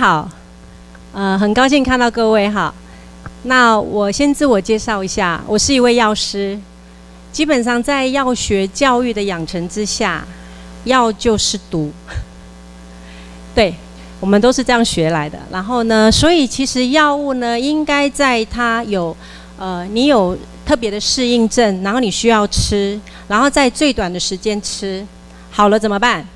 好，很高兴看到各位哈。那我先自我介绍一下，我是一位药师。基本上在药学教育的养成之下，药就是毒。对，我们都是这样学来的。然后呢，所以其实药物呢，应该在它有你有特别的适应症，然后你需要吃，然后在最短的时间吃，好了怎么办？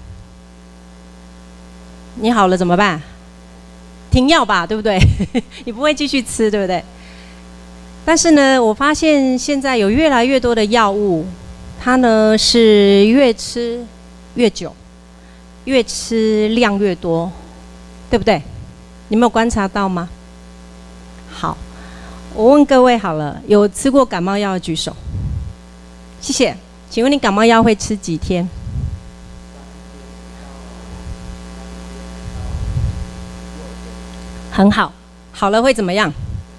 你好了怎么办？停药吧，对不对？你不会继续吃，对不对？但是呢，我发现现在有越来越多的药物，它呢是越吃越久，越吃量越多，对不对？你没有观察到吗？好，我问各位好了，有吃过感冒药的举手。谢谢。请问你感冒药会吃几天？很好，好了会怎么样？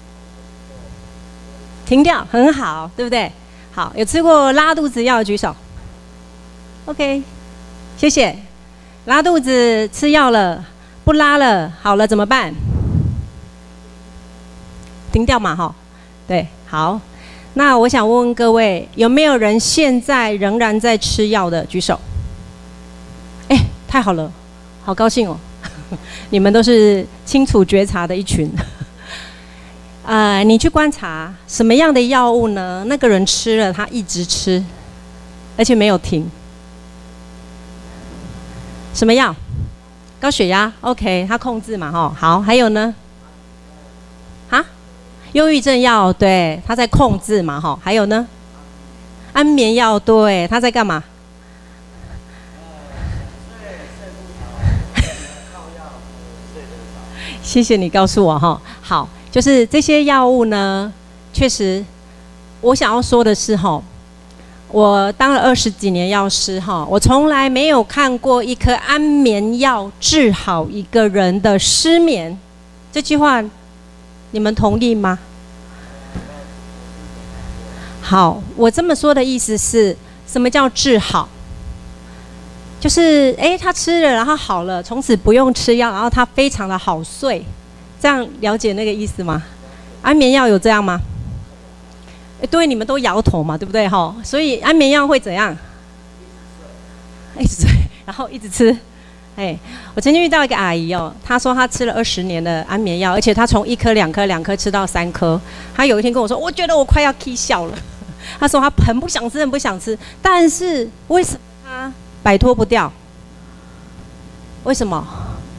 停掉，很好，对不对？好，有吃过拉肚子药的举手。OK， 谢谢。拉肚子吃药了，不拉了，好了怎么办？停掉嘛，哈。对，好。那我想问问各位，有没有人现在仍然在吃药的举手？哎，太好了，好高兴哦。你们都是清楚觉察的一群。你去观察什么样的药物呢？那个人吃了，他一直吃，而且没有停。什么药？高血压 ，OK， 他控制嘛，哈。好，还有呢？啊？忧郁症药，对，他在控制嘛，哈。还有呢？安眠药，对，他在干嘛？谢谢你告诉我哈。好，就是这些药物呢，确实，我想要说的是哈，我当了20几年药师哈，我从来没有看过一颗安眠药治好一个人的失眠。这句话，你们同意吗？好，我这么说的意思是什么叫治好？就是他吃了，然后好了，从此不用吃药，然后他非常的好睡，这样了解那个意思吗？安眠药有这样吗？对，你们都摇头嘛，对不对哈？所以安眠药会怎样？一直睡，然后一直吃。我曾经遇到一个阿姨哦，她说她吃了20年的安眠药，而且她从1颗、2颗、2颗吃到3颗。她有一天跟我说，我觉得我快要气笑了。她说她很不想吃，很不想吃，但是为什么她摆脱不掉？为什么？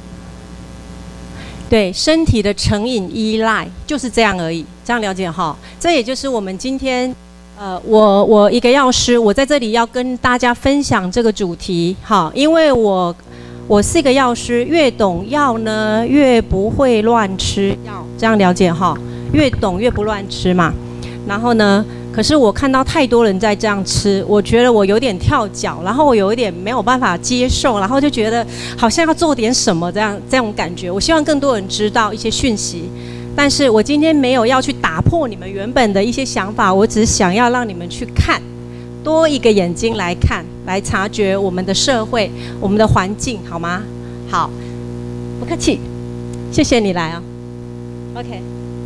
对，身体的成瘾依赖就是这样而已，这样了解哈？这也就是我们今天，我一个药师，我在这里要跟大家分享这个主题哈，因为我是一个药师，越懂药呢，越不会乱吃药，这样了解哈？越懂越不乱吃嘛。然后呢？可是我看到太多人在这样吃，我觉得我有点跳脚，然后我有一点没有办法接受，然后就觉得好像要做点什么这种感觉。我希望更多人知道一些讯息，但是我今天没有要去打破你们原本的一些想法，我只想要让你们去看，多一个眼睛来看，来察觉我们的社会、我们的环境，好吗？好，不客气，谢谢你来啊。OK，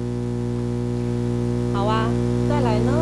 好啊。再来呢，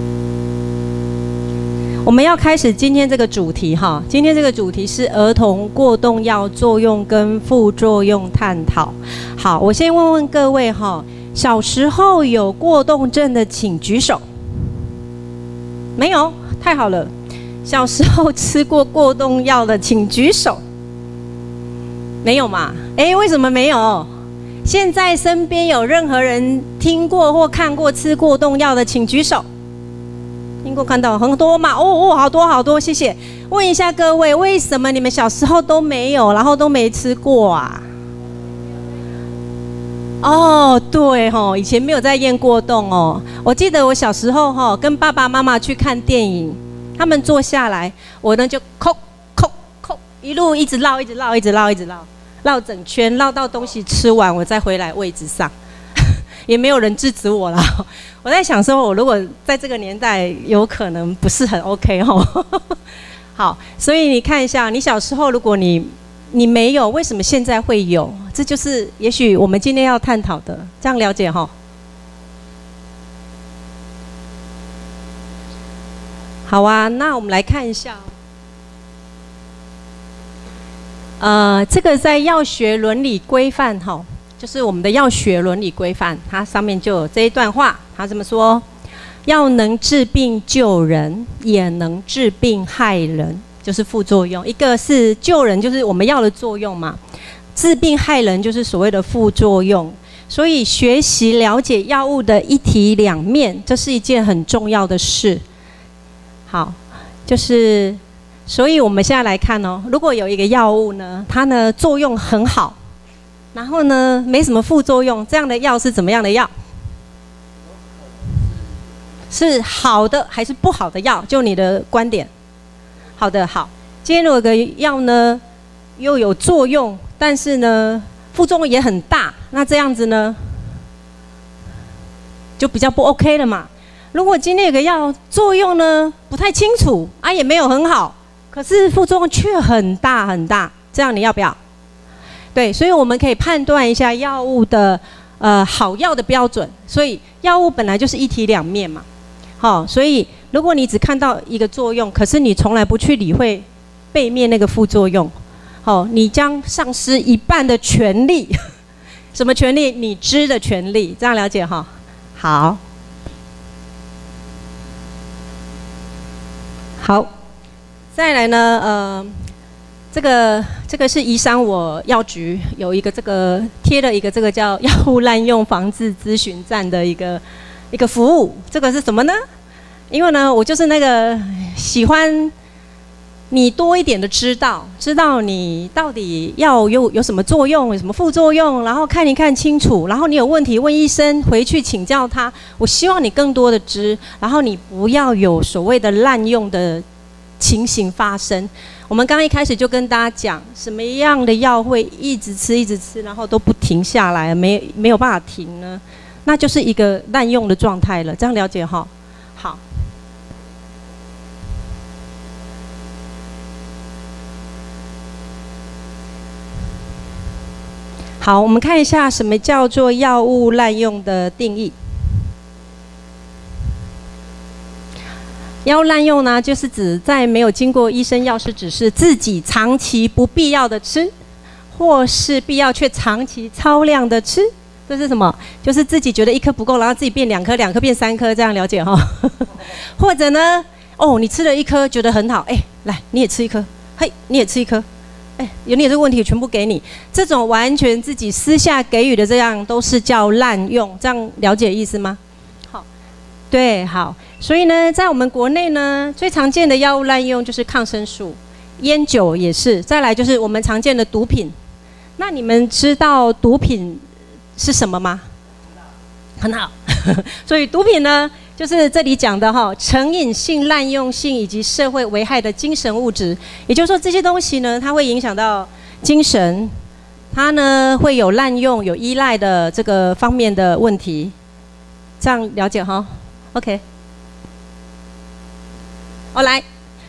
我们要开始今天这个主题哈。今天这个主题是儿童过动药作用跟副作用探讨。好，我先问问各位哈，小时候有过动症的请举手。没有，太好了。小时候吃过过动药的请举手。没有嘛？为什么没有？现在身边有任何人听过或看过吃过动药的，请举手。听过看到很多嘛？好多好多，谢谢。问一下各位，为什么你们小时候都没有，然后都没吃过啊？对以前没有在验过动哦。我记得我小时候跟爸爸妈妈去看电影，他们坐下来，我呢就扣，一路一直绕，绕整圈，绕到东西吃完，我再回来位置上，也没有人制止我啦。我在想说，我如果在这个年代，有可能不是很 OK 好，所以你看一下，你小时候如果你你没有，为什么现在会有？这就是也许我们今天要探讨的，这样了解哈。好啊，那我们来看一下。这个在药学伦理规范哈，就是我们的药学伦理规范，它上面就有这一段话，它这么说：药能治病救人，也能治病害人，就是副作用。一个是救人，就是我们药的作用嘛；治病害人，就是所谓的副作用。所以学习了解药物的一体两面，这是一件很重要的事。好，就是，所以我们现在来看哦，如果有一个药物呢，它呢作用很好，然后呢没什么副作用，这样的药是怎么样的药？是好的还是不好的药？就你的观点。好的，好。今天如果有个药呢又有作用，但是呢副作用也很大，那这样子呢就比较不 OK 了嘛。如果今天有个药作用呢不太清楚啊，也没有很好，可是副作用却很大很大，这样你要不要？对，所以我们可以判断一下药物的好药的标准。所以药物本来就是一体两面嘛，好，所以如果你只看到一个作用，可是你从来不去理会背面那个副作用，好，你将丧失一半的权利。什么权利？你知的权利，这样了解哈？好。好，再来呢，这个是宜山我药局有一个这个贴了一个这个叫药物滥用防治咨询站的一个服务。这个是什么呢？因为呢，我就是那个喜欢你多一点的知道你到底药有什么作用，有什么副作用，然后看一看清楚，然后你有问题问医生，回去请教他。我希望你更多的知，然后你不要有所谓的滥用的情形发生。我们刚刚一开始就跟大家讲，什么样的药会一直吃，然后都不停下来，没有办法停呢？那就是一个滥用的状态了。这样了解哈？好。好，我们看一下什么叫做药物滥用的定义。药物滥用呢，就是指在没有经过医生药师指示，自己长期不必要的吃，或是必要却长期超量的吃。这是什么？就是自己觉得一颗不够，然后自己变2颗，2颗变3颗，这样了解哈？或者呢，哦，你吃了1颗觉得很好，哎，来你也吃1颗，嘿，你也吃1颗。哎，有你这个问题全部给你，这种完全自己私下给予的，这样都是叫滥用，这样了解意思吗？好，对，好，所以呢，在我们国内呢，最常见的药物滥用就是抗生素、烟酒也是，再来就是我们常见的毒品。那你们知道毒品是什么吗？很好，所以毒品呢，就是这里讲的哈，成瘾性、滥用性以及社会危害的精神物质。也就是说，这些东西呢，它会影响到精神，它呢会有滥用、有依赖的这个方面的问题。这样了解哈 ？OK。哦，来，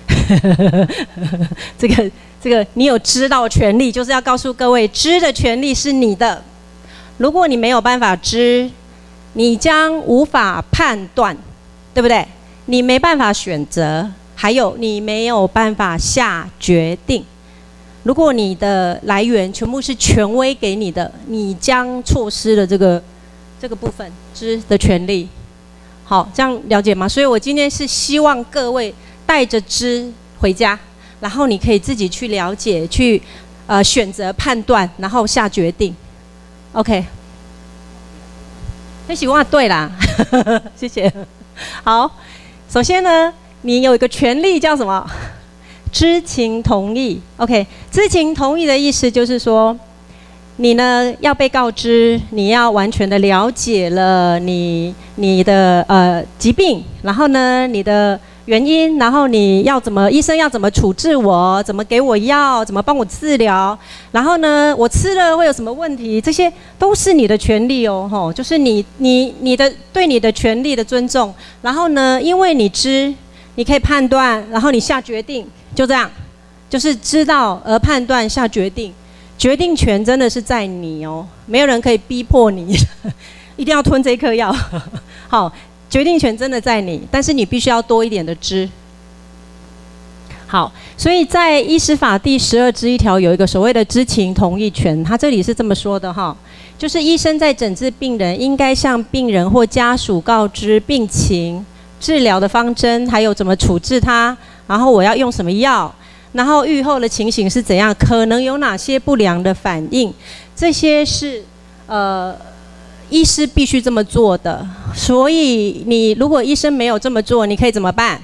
这个你有知道权利，就是要告诉各位，知的权利是你的。如果你没有办法知，你将无法判断，对不对？你没办法选择，还有你没有办法下决定。如果你的来源全部是权威给你的，你将错失了这个部分知的权利。好，这样了解吗？所以我今天是希望各位带着知回家，然后你可以自己去了解，去选择判断，然后下决定。OK。很喜欢，对啦，谢谢。好，首先呢，你有一个权利叫什么？知情同意。OK， 知情同意的意思就是说，你呢要被告知，你要完全的了解了你的疾病，然后呢你的原因，然后你要医生要怎么处置我，怎么给我药，怎么帮我治疗，然后呢我吃了会有什么问题，这些都是你的权利哦，吼，就是你的对你的权利的尊重。然后呢，因为你知，你可以判断，然后你下决定，就这样， 就是知道而判断下决定，决定权真的是在你哦，没有人可以逼迫你一定要吞这颗药。好，决定权真的在你，但是你必须要多一点的知。好，所以在医师法第12之1条有一个所谓的知情同意权，他这里是这么说的哈，就是医生在诊治病人，应该向病人或家属告知病情、治疗的方针，还有怎么处置它，然后我要用什么药，然后预后的情形是怎样，可能有哪些不良的反应，这些是医师必须这么做的。所以你如果医生没有这么做，你可以怎么办？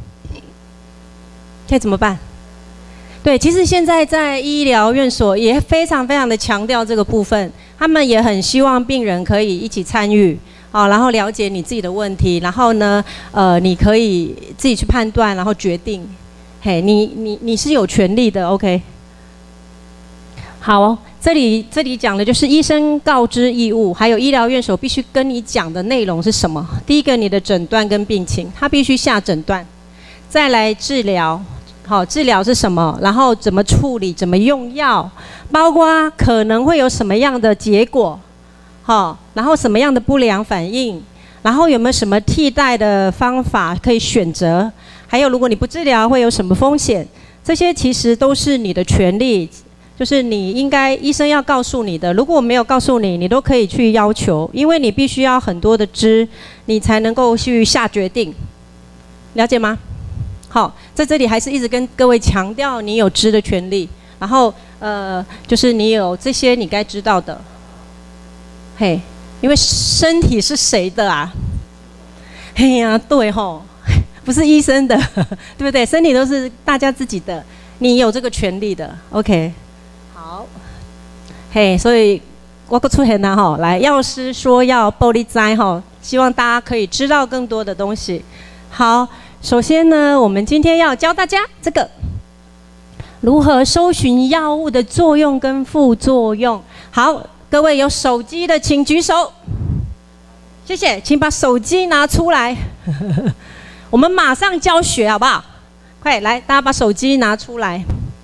可以怎么办？对，其实现在在医疗院所也非常非常的强调这个部分，他们也很希望病人可以一起参与，然后了解你自己的问题，然后呢，你可以自己去判断，然后决定。嘿，你是有权利的 ，OK？ 好哦，这里讲的就是医生告知义务，还有医疗院所必须跟你讲的内容是什么。第一个，你的诊断跟病情，他必须下诊断，再来治疗。好，治疗是什么？然后怎么处理？怎么用药？包括可能会有什么样的结果？好，然后什么样的不良反应？然后有没有什么替代的方法可以选择？还有，如果你不治疗，会有什么风险？这些其实都是你的权利，就是你应该医生要告诉你的。如果我没有告诉你，你都可以去要求，因为你必须要很多的知，你才能够去下决定。了解吗？好，在这里还是一直跟各位强调，你有知的权利，然后就是你有这些你该知道的。嘿，因为身体是谁的啊？嘿呀，对吼，不是医生的，对不对？身体都是大家自己的，你有这个权利的。OK， 好，嘿，所以我个出现了哈，来，药师说要玻璃斋哈，希望大家可以知道更多的东西。好。首先呢，我们今天要教大家这个如何搜寻药物的作用跟副作用。好，各位有手机的请举手，谢谢，请把手机拿出来。我们马上教学好不好？快来，大家把手机拿出来。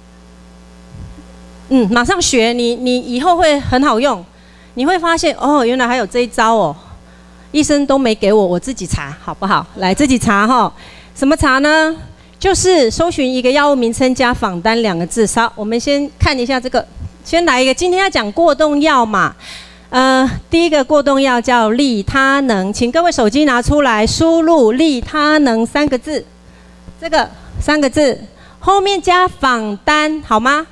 马上学，你以后会很好用，你会发现哦，原来还有这一招哦，医生都没给我，我自己查好不好？来，自己查哈。什么查呢？就是搜寻一个药物名称加仿单2个字。好，我们先看一下这个，先来一个。今天要讲过动药嘛，第一个过动药叫利他能，请各位手机拿出来，输入利他能3个字，这个3个字后面加仿单，好吗？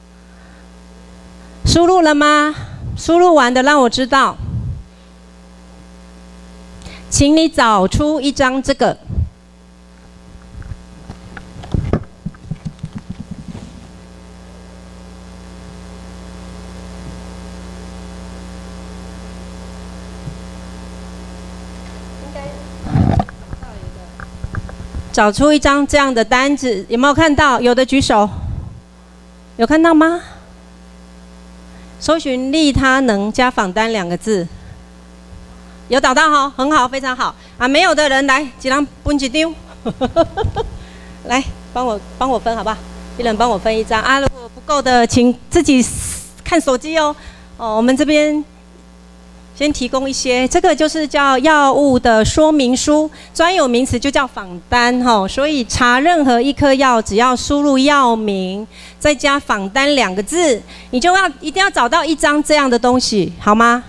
输入了吗？输入完的让我知道，请你找出一张这个。找出一张这样的单子，有没有看到？有的举手，有看到吗？搜寻利他能加仿单2个字，有找到哈，很好，非常好啊！没有的人来，几人分一张，来帮我分好不好？一人帮我分一张啊！如果不够的，请自己看手机哦。我们这边。先提供一些，这个就是叫药物的说明书，专有名词就叫仿单哈。所以查任何一颗药，只要输入药名，再加仿单2个字，你就一定要找到一张这样的东西，好吗？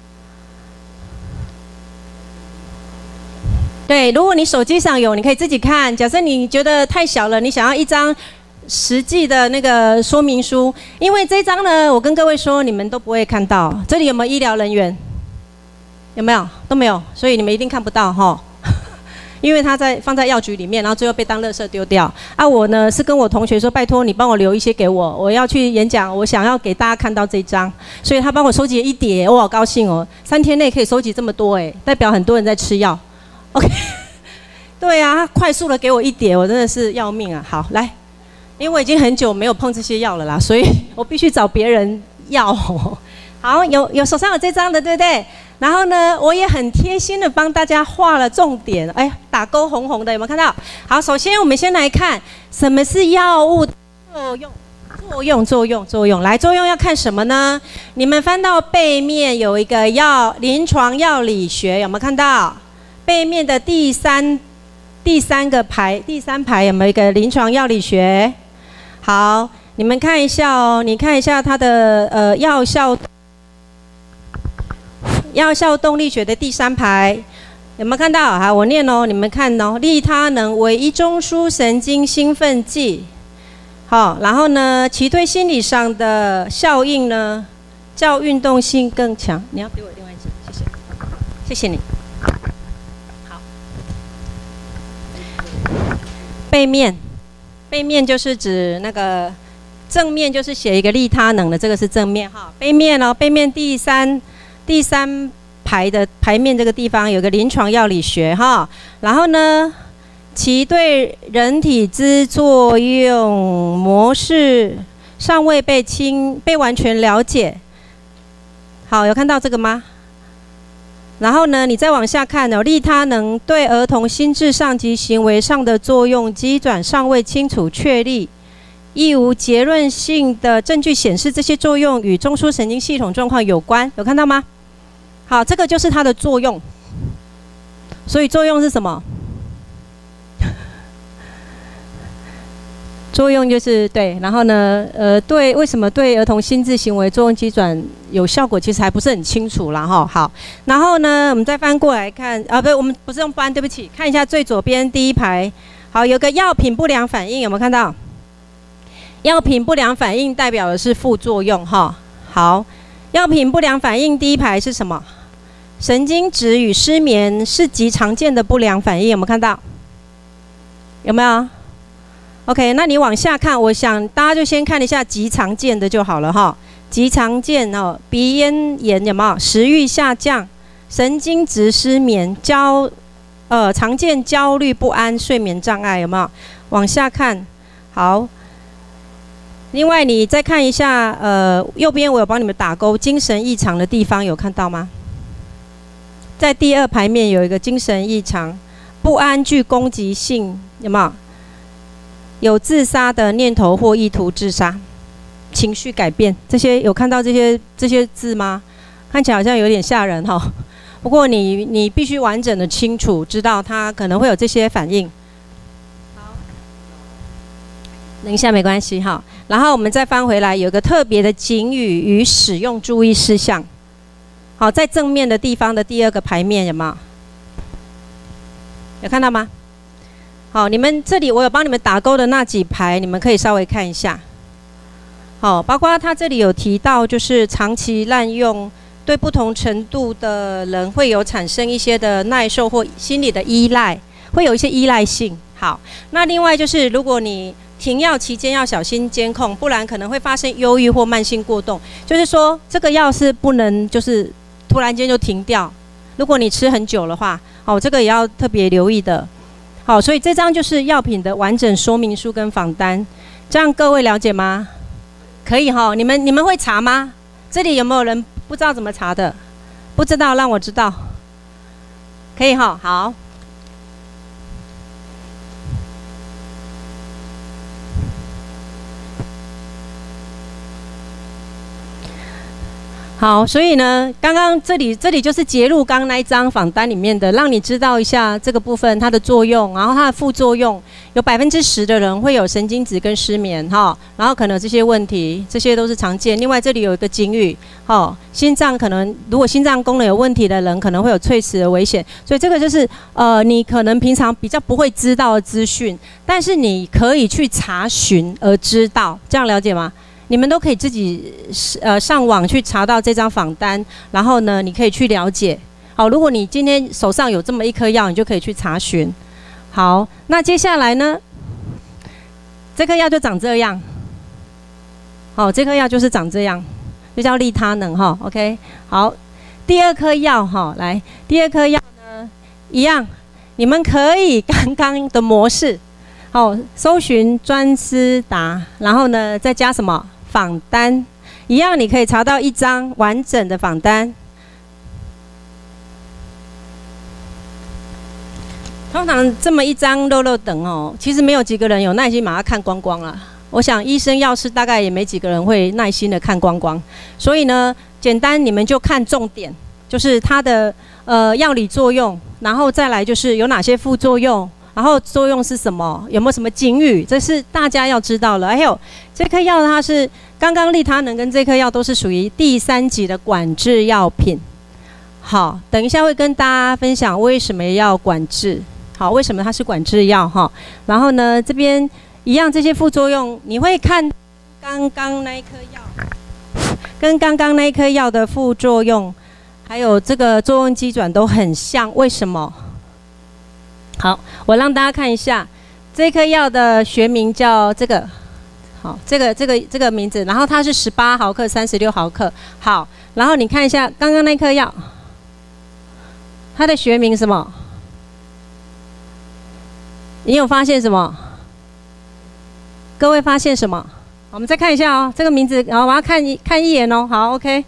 对，如果你手机上有，你可以自己看。假设你觉得太小了，你想要一张实际的那个说明书，因为这张呢，我跟各位说，你们都不会看到。这里有没有医疗人员？有没有？都没有，所以你们一定看不到哈，因为它放在药局里面，然后最后被当垃圾丢掉。啊，我呢是跟我同学说，拜托你帮我留一些给我，我要去演讲，我想要给大家看到这张，所以他帮我收集了1叠，我好高兴哦，3天内可以收集这么多哎，代表很多人在吃药。OK， 对啊，他快速的给我1叠，我真的是要命啊。好，来，因为我已经很久没有碰这些药了啦，所以我必须找别人要。好，有手上有这张的，对不对？然后呢，我也很贴心的帮大家画了重点，哎，打勾红红的，有没有看到？好，首先我们先来看什么是药物特作用，来，作用要看什么呢？你们翻到背面有一个临床药理学，有没有看到？背面的第三排有没有一个临床药理学？好，你们看一下哦，你看一下它的药效动力学的第3排。有没有看到？好，我念哦，你们看哦。利他能为一中枢神经兴奋剂，好，然后呢，其对心理上的效应呢，较运动性更强。你要给我另外一支，谢谢，谢谢你。好，背面就是指那个正面，就是写一个利他能的，这个是正面哈。背面哦，背面第三排的排面这个地方有个临床药理学哈，然后呢，其对人体之作用模式尚未被完全了解。好，有看到这个吗？然后呢，你再往下看哦，利他能对儿童心智上及行为上的作用机转尚未清楚确立，亦无结论性的证据显示这些作用与中枢神经系统状况有关。有看到吗？好，这个就是它的作用。所以作用是什么？作用就是对，然后呢，为什么对儿童心智行为作用机转有效果，其实还不是很清楚啦哈。好，然后呢，我们再翻过来看，我们不是用翻，对不起，看一下最左边第1排。好，有个药品不良反应，有没有看到？药品不良反应代表的是副作用哈。好，药品不良反应第1排是什么？神经质与失眠是极常见的不良反应，有没有看到？有没有 ？OK， 那你往下看，我想大家就先看一下极常见的就好了哈。极常见哦，鼻咽炎有没有？食欲下降，神经质失眠，常见焦虑不安、睡眠障碍有没有？往下看，好。另外你再看一下，右边我有帮你们打勾，精神异常的地方有看到吗？在第2排面有一个精神异常，不安、具攻击性，有没有？有自杀的念头或意图自杀，情绪改变，这些有看到这些字吗？看起来好像有点吓人哈。不过你必须完整的清楚知道它可能会有这些反应。好，等一下没关系哈。然后我们再翻回来，有个特别的警语与使用注意事项。好，在正面的地方的第2个排面有没有？有看到吗？好，你们这里我有帮你们打勾的那几排，你们可以稍微看一下。好，包括他这里有提到，就是长期滥用，对不同程度的人会有产生一些的耐受或心理的依赖，会有一些依赖性。好，那另外就是如果你停药期间要小心监控，不然可能会发生忧郁或慢性过动。就是说，这个药是不能就是突然间就停掉，如果你吃很久的话，这个也要特别留意的。好，所以这张就是药品的完整说明书跟访单，这样各位了解吗？可以哈，你们会查吗？这里有没有人不知道怎么查的？不知道让我知道，可以哈，好。好，所以呢，刚刚这里就是截录刚刚那一张访单里面的，让你知道一下这个部分它的作用，然后它的副作用，有10%的人会有神经质跟失眠哈，然后可能有这些问题，这些都是常见。另外这里有一个警语，心脏可能如果心脏功能有问题的人可能会有猝死的危险，所以这个就是你可能平常比较不会知道的资讯，但是你可以去查询而知道，这样了解吗？你们都可以自己上网去查到这张访单，然后呢，你可以去了解。好，如果你今天手上有这么一颗药，你就可以去查询。好，那接下来呢，这颗药就长这样。好，这颗药就是长这样，就叫利他能哈。OK， 好，第2颗药哈，来，第2颗药呢一样，你们可以刚刚的模式，好，搜寻专思达，然后呢再加什么？访单一样，你可以查到一张完整的访单。通常这么一张漏漏等其实没有几个人有耐心把它看光光了。 我想医生、药师大概也没几个人会耐心的看光光，所以呢，简单你们就看重点，就是它的药理作用，然后再来就是有哪些副作用，然后作用是什么，有没有什么警语，这是大家要知道了。还有这颗药它是刚刚利他能跟这颗药都是属于第3级的管制药品。好，等一下会跟大家分享为什么要管制。好，为什么它是管制药哈？然后呢，这边一样这些副作用，你会看刚刚那一颗药，跟刚刚那一颗药的副作用，还有这个作用机转都很像，为什么？好，我让大家看一下，这颗药的学名叫这个，好，这个名字，然后它是18毫克、36毫克。好，然后你看一下刚刚那颗药，它的学名什么？你有发现什么？各位发现什么？我们再看一下哦，这个名字，然后我要看一眼哦。好 ，OK，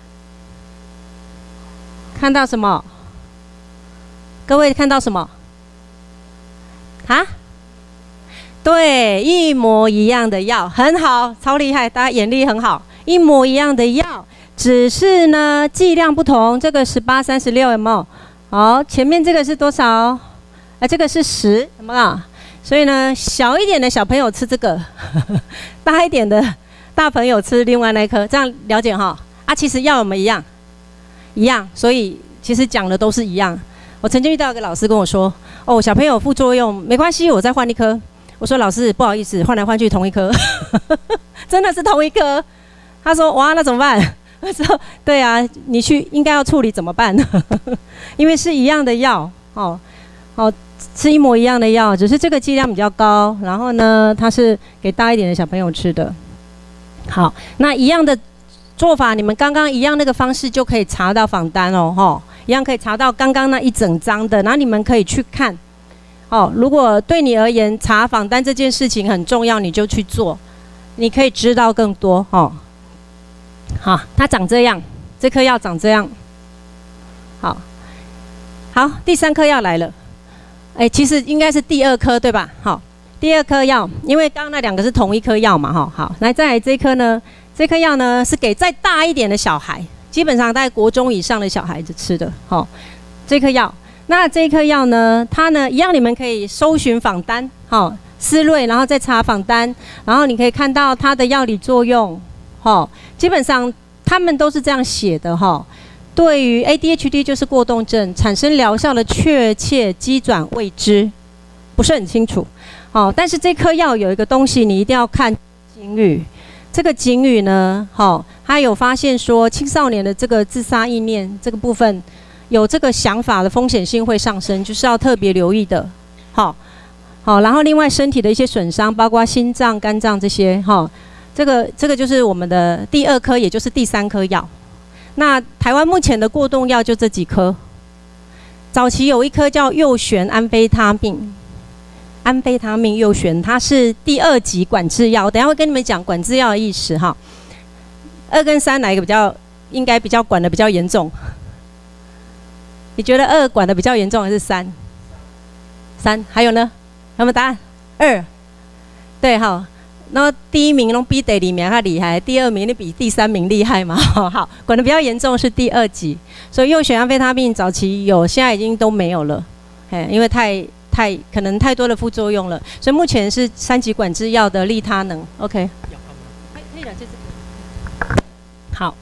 看到什么？各位看到什么？啊？对，一模一样的药，很好，超厉害，大家眼力很好，一模一样的药，只是呢剂量不同，这个18、36有没有？好，前面这个是多少？这个是10，有没有？所以呢，小一点的小朋友吃这个，大一点的大朋友吃另外那一颗，这样了解哈？其实药有没有一样？一样，所以其实讲的都是一样。我曾经遇到一个老师跟我说：“哦，小朋友副作用没关系，我再换一颗。”我说：“老师，不好意思，换来换去同一颗，真的是同一颗。”他说：“哇，那怎么办？”我说：“对啊，你去应该要处理怎么办？因为是一样的药哦。”吃一模一样的药，只是这个剂量比较高，然后呢，它是给大一点的小朋友吃的。好，那一样的做法，你们刚刚一样那个方式就可以查到访单哦，一样可以查到刚刚那一整张的，然后你们可以去看。如果对你而言查访单这件事情很重要，你就去做，你可以知道更多哦。好，它长这样，这颗药长这样。好，第3颗药来了。其实应该是第2颗对吧？好，第2颗药，因为刚刚那2个是同一颗药嘛，哈。好，来再来这颗呢，这颗药呢是给再大一点的小孩，基本上在国中以上的小孩子吃的。好，这颗药，那这颗药呢，它呢一样，你们可以搜寻访单，好，思瑞，然后再查访单，然后你可以看到它的药理作用，基本上他们都是这样写的哈。对于 ADHD 就是过动症产生疗效的确切机转未知，不是很清楚。但是这颗药有一个东西你一定要看警语。这个警语呢，它有发现说青少年的这个自杀意念这个部分有这个想法的风险性会上升，就是要特别留意的。然后另外身体的一些损伤，包括心脏、肝脏这些，这个就是我们的第2颗，也就是第3颗药。那台湾目前的过动药就这几颗，早期有一颗叫右旋安非他命右旋，它是第2级管制药。我等一下会跟你们讲管制药的意思哈。2跟3哪一个应该比较管的比较严重？你觉得2管的比较严重还是3？3，还有呢？有没有答案？2，对哈。然后第1名比第2名还厉害，第2名你比第3名厉害嘛？好，管得比较严重是第2级，所以右旋安非他命早期有，现在已经都没有了，因为可能太多的副作用了，所以目前是3级管制药的利他能。OK， 可以了，就这个。好。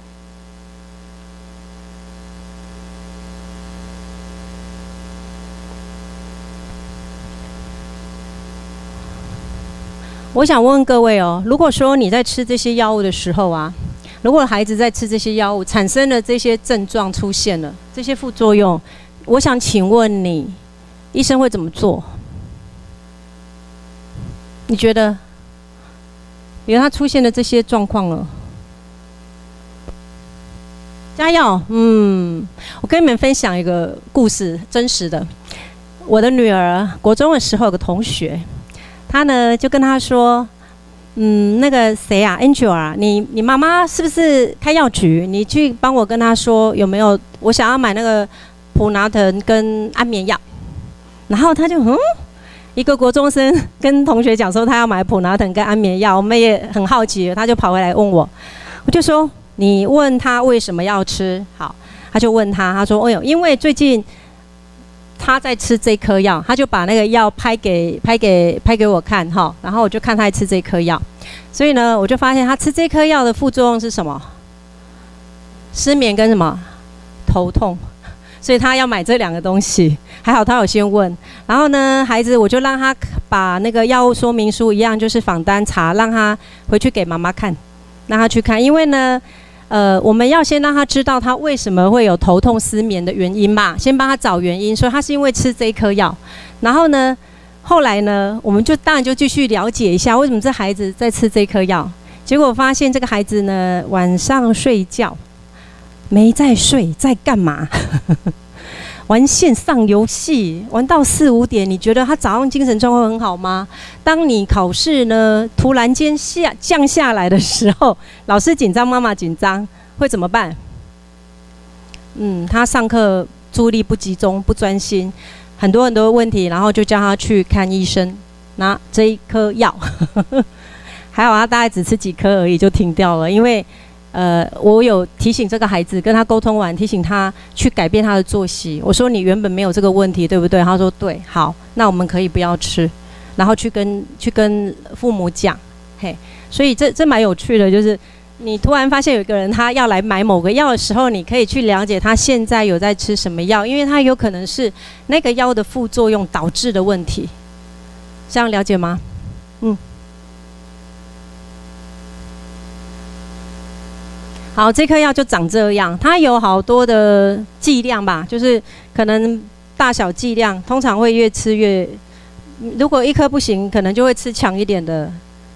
我想问问各位哦，如果说你在吃这些药物的时候啊，如果孩子在吃这些药物产生了这些症状出现了，这些副作用，我想请问你，医生会怎么做？你觉得？比如他出现了这些状况了，加药。我跟你们分享一个故事，真实的。我的女儿国中的时候有个同学。他呢就跟他说，那个谁啊 ，Angel 啊，你妈妈是不是开药局？你去帮我跟他说有没有，我想要买那个普拿疼跟安眠药。然后他就一个国中生跟同学讲说他要买普拿疼跟安眠药，我们也很好奇，他就跑回来问我，我就说你问他为什么要吃，好，他就问他说，哎呦，因为最近他在吃这颗药，他就把那个药拍给我看哈，然后我就看他在吃这颗药，所以呢，我就发现他吃这颗药的副作用是什么？失眠跟什么？头痛。所以他要买这2个东西，还好他有先问。然后呢，孩子我就让他把那个药物说明书一样，就是访单查，让他回去给妈妈看，让他去看。因为呢，我们要先让他知道他为什么会有头痛失眠的原因嘛，先帮他找原因。所以他是因为吃这颗药。然后呢，后来呢，我们就当然就继续了解一下，为什么这孩子在吃这颗药。结果发现这个孩子呢，晚上睡觉没在睡，在干嘛？玩线上游戏，玩到4、5点，你觉得他早上精神状况很好吗？当你考试呢突然间降下来的时候，老师紧张，妈妈紧张，会怎么办？他上课注意力不集中，不专心，很多问题，然后就叫他去看医生，拿这一颗药。还好他大概只吃几颗而已，就停掉了，因为我有提醒这个孩子，跟他沟通完，提醒他去改变他的作息。我说你原本没有这个问题，对不对？他说对，好，那我们可以不要吃，然后去跟父母讲，嘿，所以这蛮有趣的，就是你突然发现有一个人他要来买某个药的时候，你可以去了解他现在有在吃什么药，因为他有可能是那个药的副作用导致的问题，这样了解吗？好，这颗药就长这样，它有好多的剂量吧，就是可能大小剂量，通常会越吃越，如果一颗不行，可能就会吃强一点的。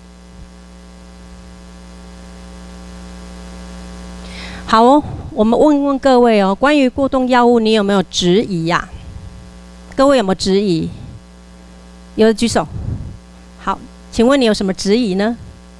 好哦，我们问各位哦，关于过动药物，你有没有质疑呀？各位有没有质疑？有的举手。好，请问你有什么质疑呢？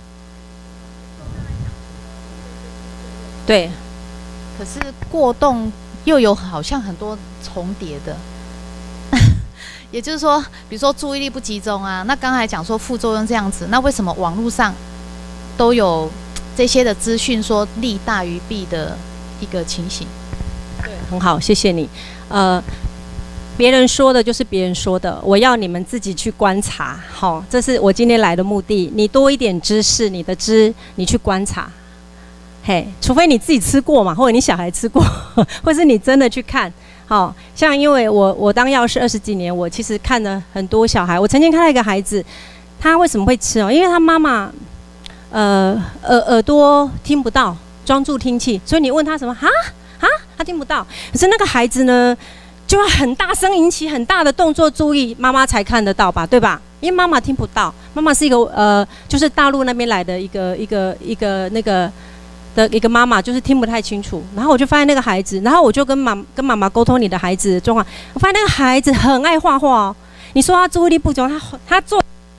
对， 可是过动又有好像很多重叠的，也就是说，比如说注意力不集中啊，那刚才讲说副作用这样子，那为什么网络上都有这些的资讯说利大于弊的一个情形？ 对，很好，谢谢你。别人说的就是别人说的，我要你们自己去观察。好，这是我今天来的目的。你多一点知识，你的你去观察。嘿，除非你自己吃过嘛，或者你小孩吃过，或是你真的去看。好，像因为我当药师20几年，我其实看了很多小孩。我曾经看到一个孩子，他为什么会吃哦？因为他妈妈耳朵听不到，装助听器，所以你问他什么他听不到。可是那个孩子呢，就要很大声引起很大的动作注意，妈妈才看得到吧，对吧？因为妈妈听不到，妈妈是一个就是大陆那边来的一个那个。的一个妈妈就是听不太清楚，然后我就发现那个孩子，然后我就跟妈妈沟通你的孩子的状况，我发现那个孩子很爱画画哦。你说他注意力不集中，他做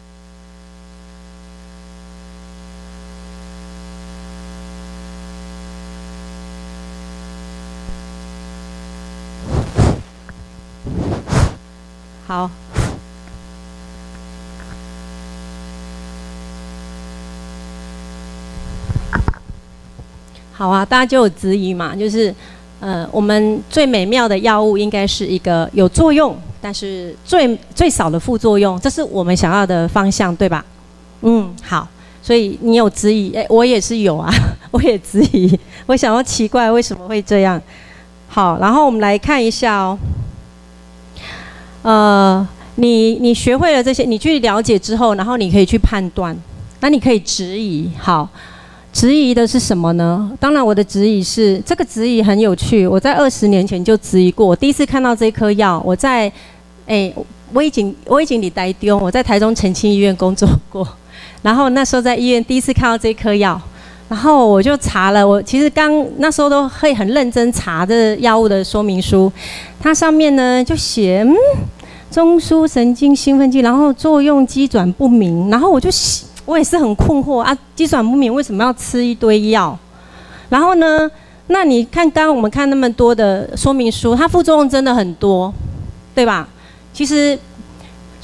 好。好啊，大家就有质疑嘛，就是我们最美妙的药物应该是一个有作用，但是最少的副作用，这是我们想要的方向，对吧？好，所以你有质疑，我也是有啊，我也质疑，我想要奇怪为什么会这样。好，然后我们来看一下哦，你学会了这些，你去了解之后，然后你可以去判断，那你可以质疑，好。质疑的是什么呢？当然，我的质疑是这个质疑很有趣。我在20年前就质疑过。我第一次看到这颗药，我在我已经离台中，我在台中澄清医院工作过。然后那时候在医院第一次看到这颗药，然后我就查了。我其实那时候都会很认真查这药物的说明书，它上面呢就写中枢神经兴奋剂，然后作用机转不明，然后我也是很困惑啊，机转不明为什么要吃一堆药？然后呢，那你看刚刚我们看那么多的说明书，它副作用真的很多，对吧？其实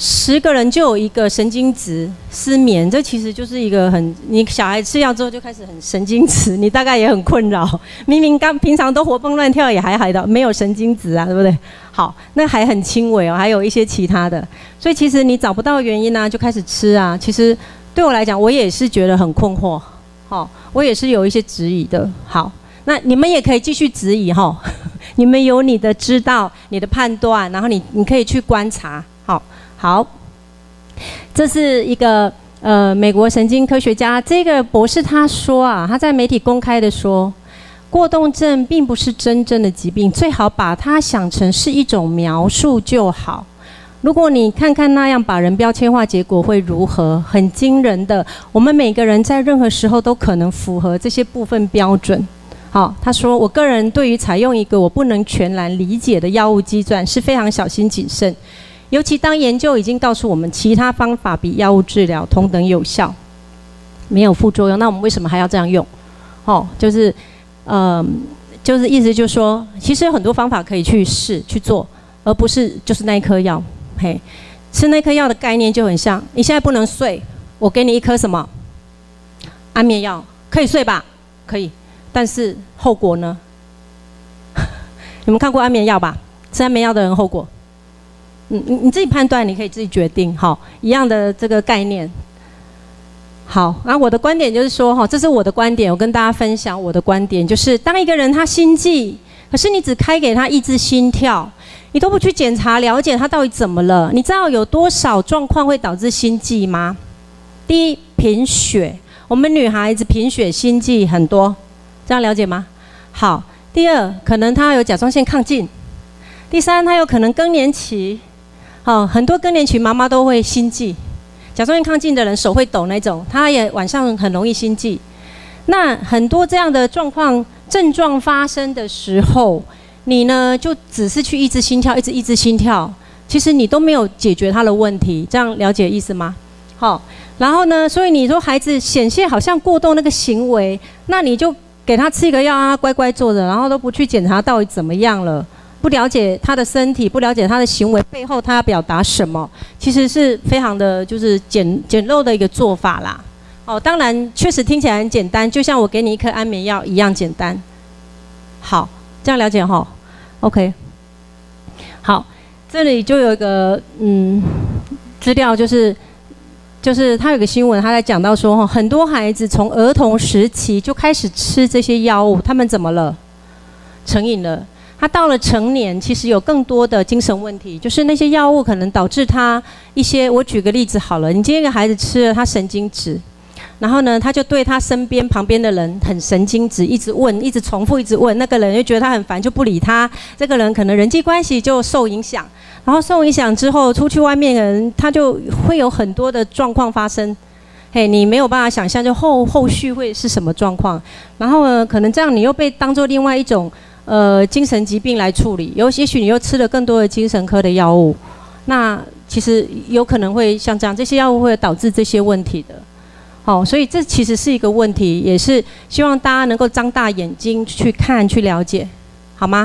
10个人就有1个神经质失眠，这其实就是一个你小孩吃药之后就开始很神经质，你大概也很困扰。明明平常都活蹦乱跳也还的，没有神经质啊，对不对？好，那还很轻微哦，还有一些其他的，所以其实你找不到原因啊，就开始吃啊。其实对我来讲，我也是觉得很困惑，我也是有一些质疑的。好，那你们也可以继续质疑哈，你们有你的知道、你的判断，然后你可以去观察。好，这是一个美国神经科学家，这个博士他说啊，他在媒体公开的说，过动症并不是真正的疾病，最好把它想成是一种描述就好。如果你看看那样把人标签化，结果会如何？很惊人的，我们每个人在任何时候都可能符合这些部分标准。好，他说，我个人对于采用一个我不能全然理解的药物机转是非常小心谨慎。尤其当研究已经告诉我们，其他方法比药物治疗同等有效，没有副作用，那我们为什么还要这样用？就是意思就是说，其实有很多方法可以去试去做，而不是就是那一颗药。吃那颗药的概念就很像，你现在不能睡，我给你一颗什么安眠药，可以睡吧？可以，但是后果呢？你们看过安眠药吧？吃安眠药的人后果？你自己判断，你可以自己决定，一样的这个概念。好，然后我的观点就是说，这是我的观点，我跟大家分享我的观点，就是当一个人他心悸，可是你只开给他抑制心跳，你都不去检查了解他到底怎么了，你知道有多少状况会导致心悸吗？第一，贫血，我们女孩子贫血心悸很多，这样了解吗？好，第二，可能他有甲状腺亢进，第三，他有可能更年期。很多更年期妈妈都会心悸，甲状腺亢进的人手会抖那种，他也晚上很容易心悸。那很多这样的症状发生的时候，你呢就只是去抑制心跳，一直抑制心跳，其实你都没有解决他的问题，这样了解意思吗？然后呢，所以你说孩子显现好像过动那个行为，那你就给他吃一个药，让他乖乖坐着，然后都不去检查到底怎么样了。不了解他的身体，不了解他的行为背后他要表达什么，其实是非常的就是简陋的一个做法啦。当然确实听起来很简单，就像我给你一颗安眠药一样简单。好，这样了解哈 ？OK。好，这里就有一个资料，就是他有个新闻，他在讲到说，很多孩子从儿童时期就开始吃这些药物，他们怎么了？成瘾了。他到了成年，其实有更多的精神问题，就是那些药物可能导致他一些。我举个例子好了，你今天一个孩子吃了，他神经质，然后呢，他就对他旁边的人很神经质，一直问，一直重复，一直问，那个人就觉得他很烦，就不理他。这个人可能人际关系就受影响，然后受影响之后，出去外面的人他就会有很多的状况发生。你没有办法想象，就后续会是什么状况。然后呢，可能这样你又被当作另外一种。精神疾病来处理，也许你又吃了更多的精神科的药物，那其实有可能会像这样，这些药物会导致这些问题的。所以这其实是一个问题，也是希望大家能够张大眼睛去看、去了解，好吗？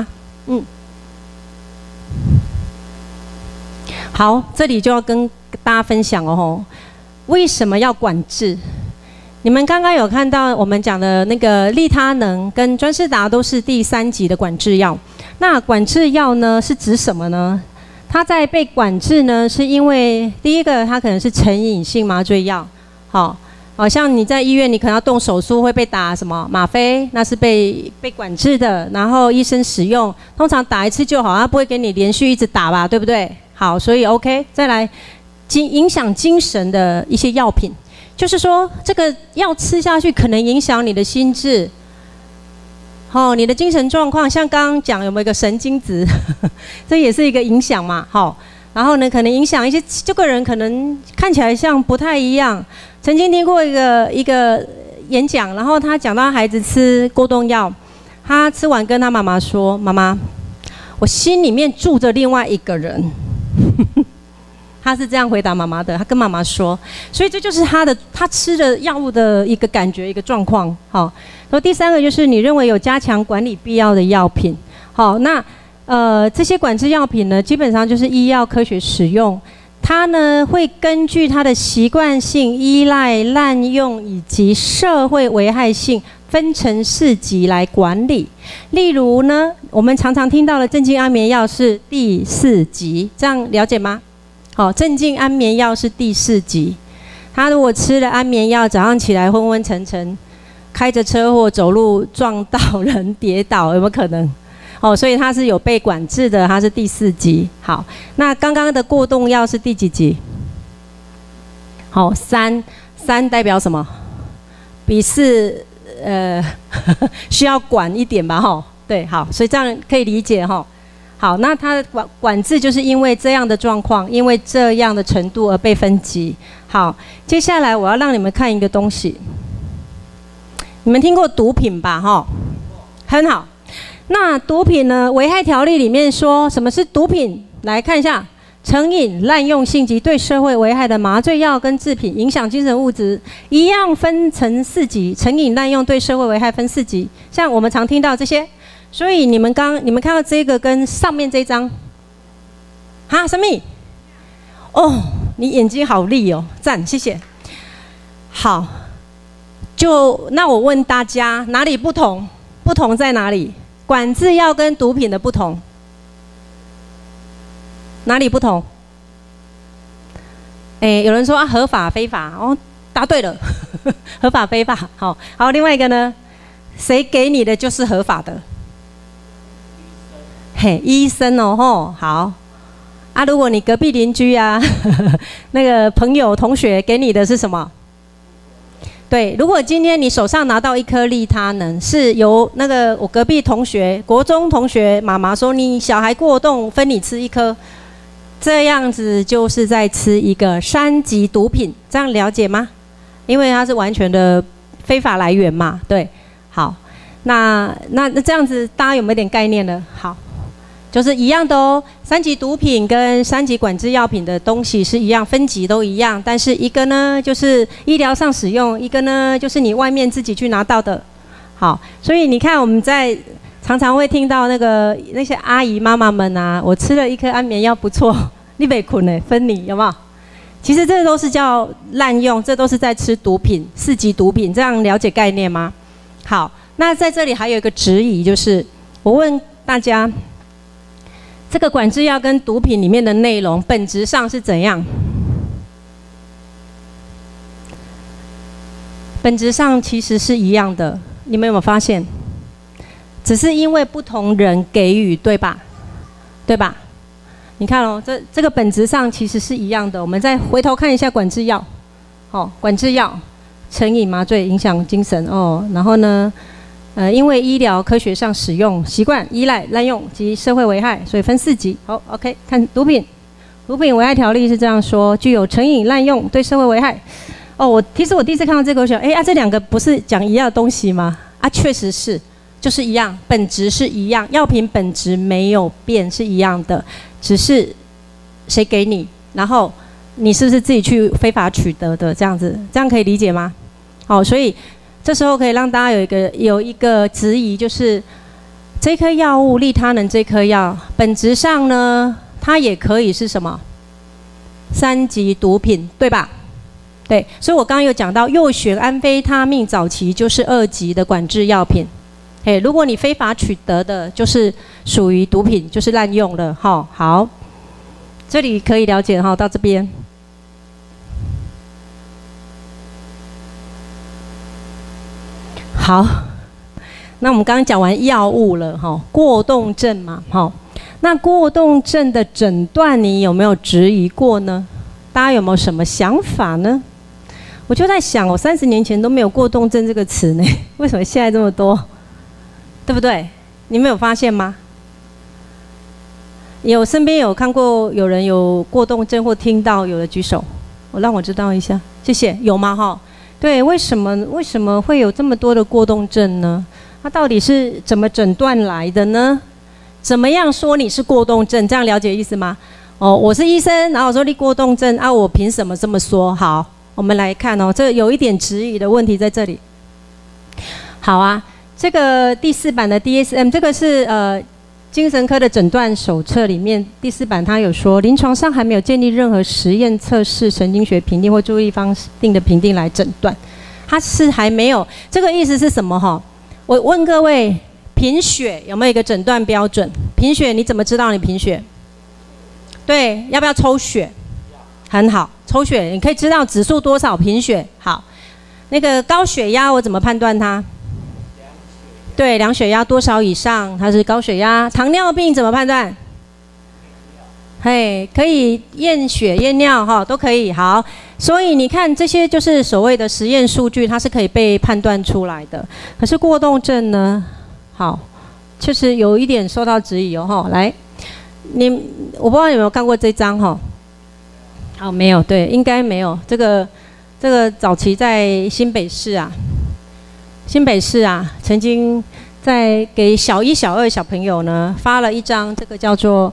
好，这里就要跟大家分享为什么要管制？你们刚刚有看到我们讲的那个利他能跟专思达都是第3级的管制药。那管制药呢是指什么呢？它在被管制呢，是因为第一个它可能是成瘾性麻醉药，好像你在医院你可能要动手术会被打什么吗啡，那是被管制的，然后医生使用通常打一次就好，他不会给你连续一直打吧，对不对？好，所以 OK， 再来影响精神的一些药品。就是说，这个药吃下去可能影响你的心智，你的精神状况。像刚刚讲有没有一个神经质，这也是一个影响嘛，然后呢，可能影响一些这个人可能看起来像不太一样。曾经听过一个演讲，然后他讲到孩子吃过动药，他吃完跟他妈妈说：“妈妈，我心里面住着另外一个人。”他是这样回答妈妈的，他跟妈妈说，所以这就是他吃的药物的一个感觉，一个状况。然后第3个就是你认为有加强管理必要的药品。那这些管制药品呢，基本上就是医药科学使用， 它呢会根据它的习惯性、依赖、滥用以及社会危害性，分成4级来管理。例如呢，我们常常听到的镇静安眠药是第4级，这样了解吗？好，镇静安眠药是第4级。他如果吃了安眠药，早上起来昏昏沉沉，开着车或走路撞到人跌倒，有没有可能？哦，所以它是有被管制的，它是第4级。好，那刚刚的过动药是第几级？好，3代表什么？比4需要管一点吧，哈。对，好，所以这样可以理解哈。好，那它的管制就是因为这样的状况，因为这样的程度而被分级。好，接下来我要让你们看一个东西，你们听过毒品吧？哈，很好。那毒品呢？危害条例里面说什么是毒品？来看一下，成瘾、滥用性及对社会危害的麻醉药跟制品，影响精神物质，一样分成4级。成瘾、滥用对社会危害分4级，像我们常听到这些。所以你们看到这个跟上面这张，哈，什么？哦，你眼睛好利哦，赞，谢谢。好，那我问大家，哪里不同？不同在哪里？管制药跟毒品的不同，哪里不同？有人说啊，合法非法哦，答对了，合法非法。好，另外一个呢，谁给你的就是合法的？嘿，医生哦，吼，好啊。如果你隔壁邻居啊，那个朋友、同学给你的是什么？对，如果今天你手上拿到1颗利他能，是由那个我隔壁同学、国中同学妈妈说你小孩过动，分你吃1颗，这样子就是在吃一个3级毒品，这样了解吗？因为它是完全的非法来源嘛，对。好，那这样子大家有没有点概念了？好。就是一样的哦，3级毒品跟3级管制药品的东西是一样，分级都一样，但是一个呢就是医疗上使用，一个呢就是你外面自己去拿到的。好，所以你看我们常常会听到那些阿姨妈妈们啊，我吃了1颗安眠药不错，你别困呢，分你有没有？其实这都是叫滥用，这都是在吃毒品，4级毒品，这样了解概念吗？好，那在这里还有一个质疑，就是我问大家。这个管制药跟毒品里面的内容本质上是怎样？本质上其实是一样的，你们有没有发现？只是因为不同人给予，对吧？对吧？你看哦，这个本质上其实是一样的。我们再回头看一下管制药，管制药成瘾、麻醉、影响精神哦，然后呢？因为医疗科学上使用习惯、依赖、滥用及社会危害，所以分4级。好 ，OK， 看毒品，毒品危害条例是这样说：具有成瘾、滥用、对社会危害。哦，其实我第一次看到这个，我想，这2个不是讲一样的东西吗？啊，确实是，就是一样，本质是一样，药品本质没有变，是一样的，只是谁给你，然后你是不是自己去非法取得的，这样子，这样可以理解吗？好，所以。这时候可以让大家有一个质疑，就是这颗药物利他能这颗药，本质上呢，它也可以是什么？3级毒品，对吧？对，所以我刚刚有讲到，右旋安非他命早期就是2级的管制药品。如果你非法取得的，就是属于毒品，就是滥用了。好，这里可以了解哈，到这边。好，那我们刚刚讲完药物了过动症嘛那过动症的诊断你有没有质疑过呢？大家有没有什么想法呢？我就在想，我30年前都没有过动症这个词呢，为什么现在这么多？对不对？你们有发现吗？身边有看过有人有过动症或听到有的举手，让我知道一下，谢谢。有吗？对，为什么会有这么多的过动症呢？它到底是怎么诊断来的呢？怎么样说你是过动症？这样了解意思吗？我是医生，然后我说你过动症啊，我凭什么这么说？好，我们来看这有一点质疑的问题在这里。好啊，这个第4版的 DSM， 这个是精神科的诊断手册里面第4版，它有说，临床上还没有建立任何实验测试神经学评定或注意方定的评定来诊断，它是还没有。这个意思是什么哈？我问各位，贫血有没有一个诊断标准？贫血你怎么知道你贫血？对，要不要抽血？很好，抽血你可以知道指数多少，贫血好。那个高血压我怎么判断它？对，量血压多少以上，它是高血压。糖尿病怎么判断？嘿，可以验血、验尿哈，都可以。好，所以你看这些就是所谓的实验数据，它是可以被判断出来的。可是过动症呢？好，就是有一点受到质疑哦哈。来，我不知道有没有看过这张哈？好，没有，对，应该没有。这个早期在新北市啊。新北市啊，曾经在给小1、小2小朋友呢发了一张这个叫做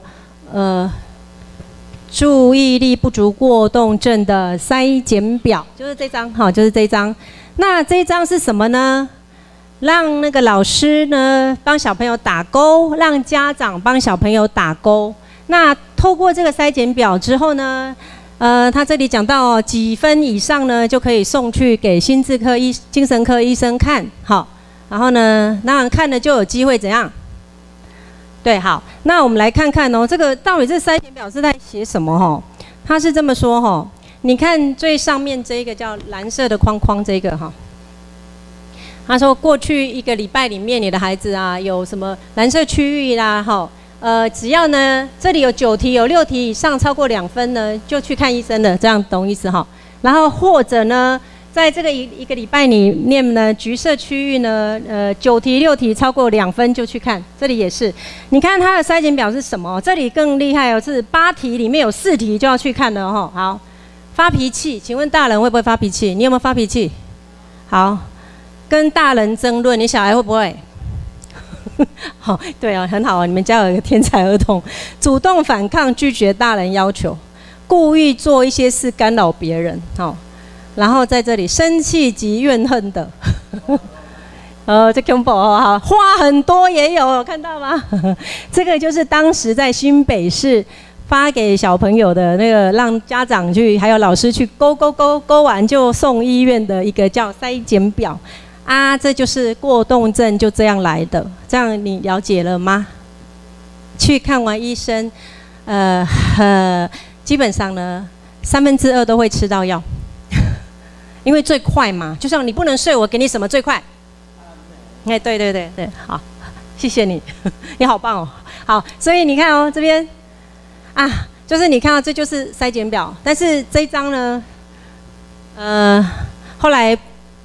注意力不足过动症的筛检表，就是这张哈，就是这张。那这张是什么呢？让那个老师呢帮小朋友打勾，让家长帮小朋友打勾。那透过这个筛检表之后呢？他这里讲到几分以上呢，就可以送去给精神科医生看，好，然后呢，那看了就有机会怎样？对，好，那我们来看看哦，这个到底这筛检表是在写什么哈？他是这么说哈，你看最上面这个叫蓝色的框框这个哈，他说过去1个礼拜里面，你的孩子啊有什么蓝色区域啦，哈。只要呢，这里有9题，有6题以上超过2分呢，就去看医生了，这样懂意思哈？然后或者呢，在这个一个礼拜里面呢，橘色区域呢，9题、6题超过2分就去看，这里也是。你看它的筛检表是什么？这里更厉害哦，是8题里面有4题就要去看了哈。好，发脾气，请问大人会不会发脾气？你有没有发脾气？好，跟大人争论，你小孩会不会？好，对啊，很好啊！你们家有一个天才儿童，主动反抗、拒绝大人要求，故意做一些事干扰别人，好，然后在这里生气及怨恨的，这恐怖哦，话很多也有，看到吗？这个就是当时在新北市发给小朋友的那个，让家长去，还有老师去勾完就送医院的一个叫筛检表。啊，这就是过动症就这样来的，这样你了解了吗？去看完医生，基本上呢，2/3都会吃到药，因为最快嘛。就像你不能睡，我给你什么最快？哎，对，好，谢谢你，你好棒哦。好，所以你看哦，这边啊，就是你看到这就是筛检表，但是这一张呢，后来。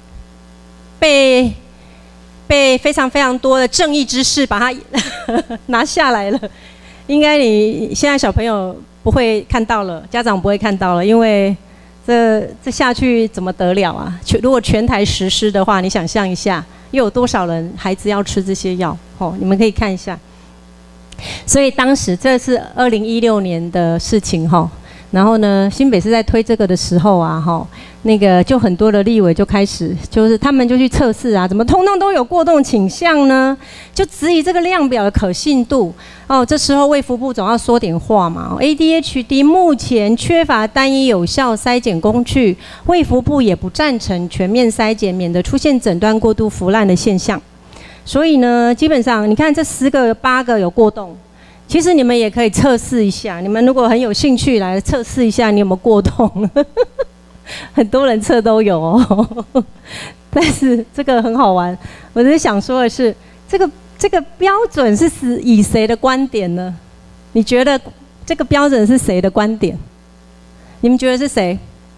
被非常非常多的正义之士把它拿下来了，应该你现在小朋友不会看到了，家长不会看到了，因为这下去怎么得了啊？如果全台实施的话，你想象一下，又有多少人孩子要吃这些药？哦，你们可以看一下。所以当时这是2016年的事情哈。然后呢，新北市在推这个的时候啊，那个就很多的立委就开始，就是他们就去测试啊，怎么通通都有过动倾向呢？就质疑这个量表的可信度。哦，这时候卫福部总要说点话嘛。ADHD 目前缺乏单一有效筛检工具，卫福部也不赞成全面筛检，免得出现诊断过度腐烂的现象。所以呢，基本上你看这10个有8个有过动。其实你们也可以测试一下，你们如果很有兴趣来测试一下，你有没有过动？很多人测都有哦。但是这个很好玩，我只是想说的是，这个标准是以谁的观点呢？你觉得这个标准是谁的观点？你们觉得是谁？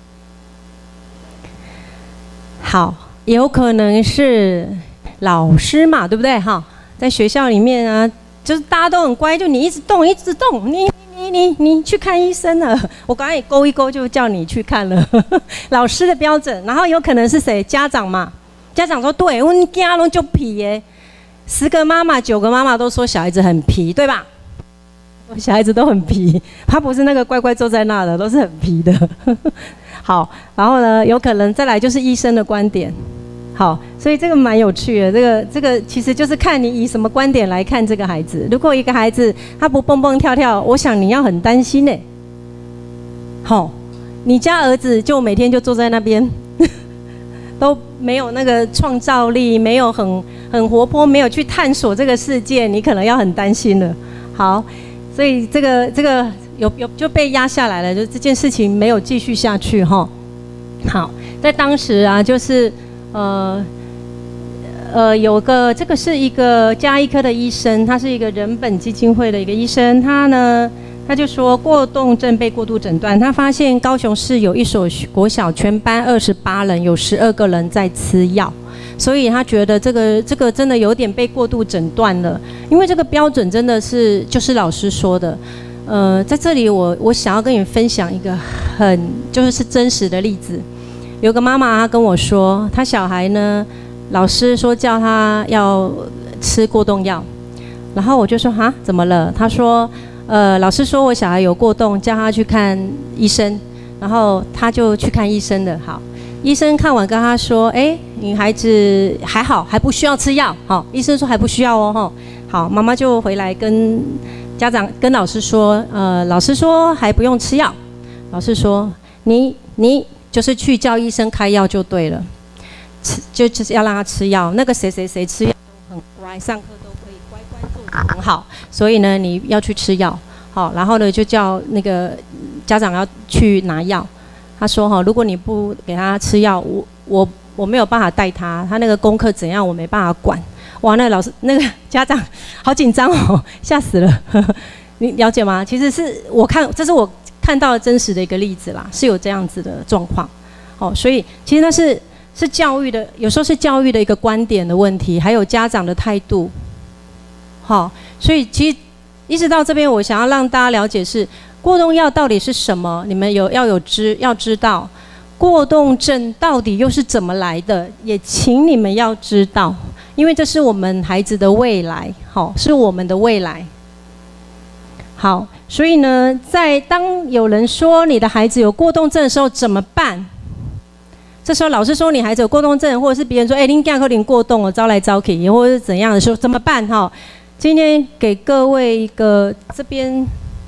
好，有可能是老师嘛，对不对？哈，在学校里面啊。就是大家都很乖，就你一直动，你去看医生了。我刚才也勾一勾，就叫你去看了。老师的标准，然后有可能是谁？家长嘛。家长说对，我们家都就皮耶。10个妈妈9个妈妈都说小孩子很皮，对吧？小孩子都很皮，他不是那个乖乖坐在那的，都是很皮的。好，然后呢，有可能再来就是医生的观点。 好，所以这个蛮有趣的。这个其实就是看你以什么观点来看这个孩子。如果一个孩子他不蹦蹦跳跳，我想你要很担心呢。好，你家儿子就每天就坐在那边，都没有那个创造力，没有很活泼，没有去探索这个世界，你可能要很担心了。好，所以这个有就被压下来了，就这件事情没有继续下去哈。好，在当时啊，就是有个这个是一个家医科的医生，他是一个人本基金会的一个医生，他就说过动症被过度诊断，他发现高雄市有一所国小全班28人，有12个人在吃药，所以他觉得这个真的有点被过度诊断了，因为这个标准真的是就是老师说的。在这里我想要跟你分享一个就是真实的例子。有个妈妈她跟我说，她小孩呢，老师说叫他要吃过动药，然后我就说哈怎么了？她说老师说我小孩有过动，叫他去看医生，然后他就去看医生了。好，医生看完跟他说，你孩子还好，还不需要吃药。好，医生说还不需要哦。好，妈妈就回来跟家长跟老师说，老师说还不用吃药。老师说你就是去叫医生开药就对了，就是要让他吃药。那个谁吃药都很乖，上课都可以乖乖做得很好，所以呢你要去吃药。好，然后呢就叫那个家长要去拿药。他说如果你不给他吃药，我没有办法带他那个功课怎样我没办法管。哇，那个家长好紧张哦，吓死了。你了解吗？其实这是我看到的真实的一个例子啦，是有这样子的状况。所以其实那是教育的，有时候是教育的一个观点的问题，还有家长的态度。所以其实一直到这边，我想要让大家了解是过动药到底是什么，你们要知道过动症到底又是怎么来的，也请你们要知道，因为这是我们孩子的未来，是我们的未来。好，所以呢，当有人说你的孩子有过动症的时候怎么办？这时候老师说你孩子有过动症，或者是别人说你家可能过动了，招来招去，或者是怎样的时候怎么办？今天给各位一个这边。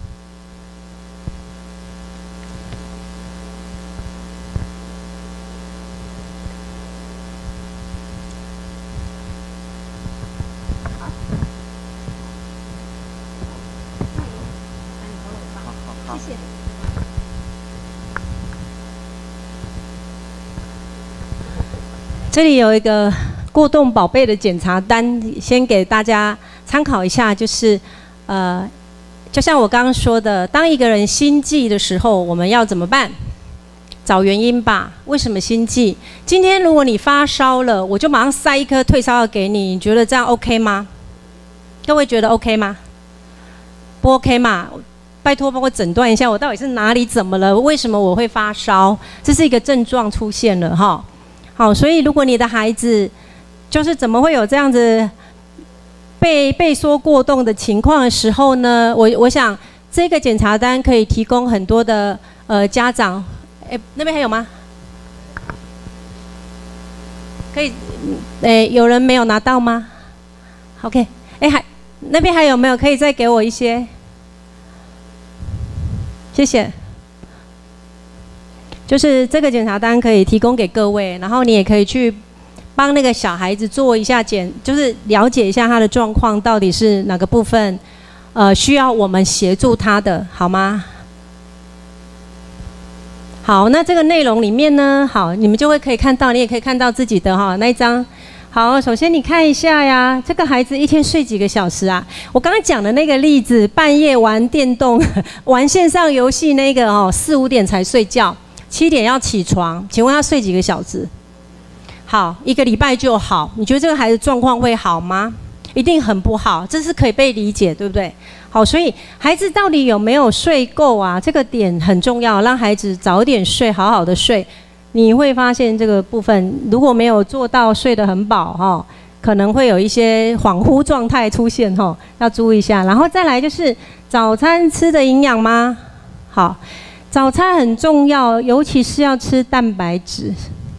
这里有一个过动宝贝的检查单，先给大家参考一下。就是就像我刚刚说的，当一个人心悸的时候，我们要怎么办？找原因吧。为什么心悸？今天如果你发烧了，我就马上塞一颗退烧药给你，你觉得这样 OK 吗？各位觉得 OK 吗？不 OK 嘛？拜托帮我诊断一下，我到底是哪里怎么了？为什么我会发烧？这是一个症状出现了哈。好，所以如果你的孩子就是怎么会有这样子被说过动的情况的时候呢，我想这个检查单可以提供很多的家长，那边还有吗？可以，有人没有拿到吗 ？OK， 那边还有没有？可以再给我一些，谢谢。就是这个检查单可以提供给各位，然后你也可以去帮那个小孩子做一下就是了解一下他的状况到底是哪个部分，需要我们协助他的，好吗？好，那这个内容里面呢，好，你们就会可以看到，你也可以看到自己的那一张。好，首先你看一下呀，这个孩子一天睡几个小时啊？我刚刚讲的那个例子，半夜玩电动、玩线上游戏那个4、5点才睡觉。7点要起床，请问他睡几个小时？好，1个礼拜就好。你觉得这个孩子状况会好吗？一定很不好，这是可以被理解，对不对？好，所以孩子到底有没有睡够啊？这个点很重要，让孩子早点睡，好好的睡。你会发现这个部分如果没有做到睡得很饱可能会有一些恍惚状态出现要注意一下。然后再来就是早餐吃的营养吗？好。早餐很重要，尤其是要吃蛋白质。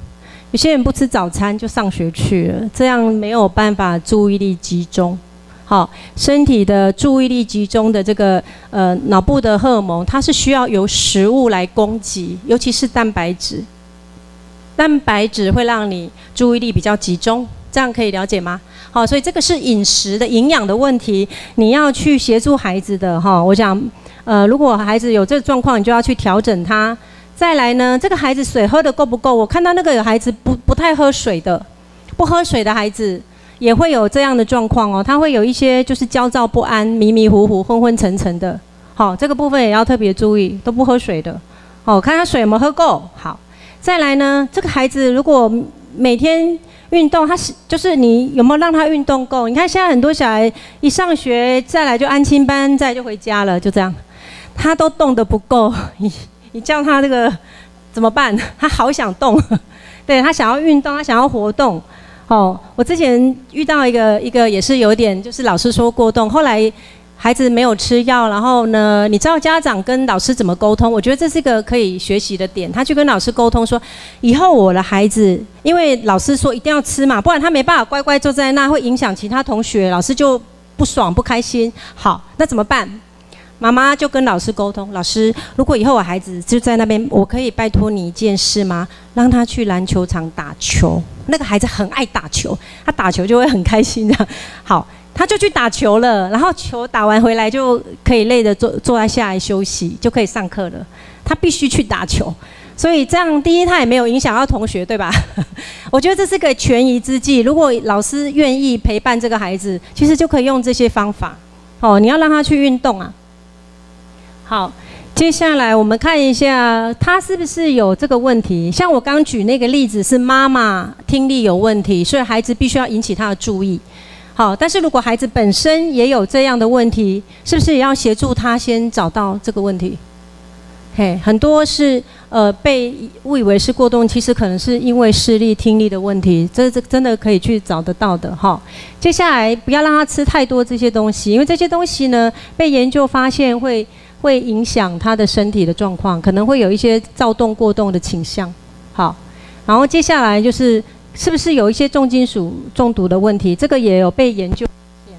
有些人不吃早餐就上学去了，这样没有办法注意力集中。好，身体的注意力集中的这个脑部的荷尔蒙，它是需要由食物来供给，尤其是蛋白质。蛋白质会让你注意力比较集中，这样可以了解吗？好，所以这个是饮食的营养的问题，你要去协助孩子的哈。我想，如果孩子有这个状况，你就要去调整他。再来呢，这个孩子水喝的够不够？我看到那个有孩子不太喝水的，不喝水的孩子也会有这样的状况哦，他会有一些就是焦躁不安、迷迷糊糊、昏昏沉沉的。好，这个部分也要特别注意，都不喝水的。好，看他水有没有喝够。好，再来呢，这个孩子如果每天运动，就是你有没有让他运动够？你看现在很多小孩一上学，再来就安亲班，再来就回家了，就这样，他都动得不够。你叫他这个怎么办？他好想动，对，他想要运动，他想要活动。哦，我之前遇到一个也是有点，就是老师说过动，后来孩子没有吃药，然后呢，你知道家长跟老师怎么沟通？我觉得这是一个可以学习的点。他去跟老师沟通说，以后我的孩子，因为老师说一定要吃嘛，不然他没办法乖乖坐在那，会影响其他同学，老师就不爽不开心。好，那怎么办？妈妈就跟老师沟通，老师，如果以后我孩子就在那边，我可以拜托你一件事吗？让他去篮球场打球。那个孩子很爱打球，他打球就会很开心的。好，他就去打球了，然后球打完回来就可以累的坐在下来休息，就可以上课了。他必须去打球，所以这样第一他也没有影响到同学，对吧？我觉得这是个权宜之计。如果老师愿意陪伴这个孩子，其实就可以用这些方法。哦，你要让他去运动啊。好，接下来我们看一下他是不是有这个问题。像我刚举那个例子是妈妈听力有问题，所以孩子必须要引起他的注意。好，但是如果孩子本身也有这样的问题，是不是也要协助他先找到这个问题？嘿，很多是被误以为是过动，其实可能是因为视力、听力的问题，这真的可以去找得到的哈。接下来不要让他吃太多这些东西，因为这些东西呢被研究发现会影响他的身体的状况，可能会有一些躁动过动的倾向。好，然后接下来就是是不是有一些重金属中毒的问题，这个也有被研究。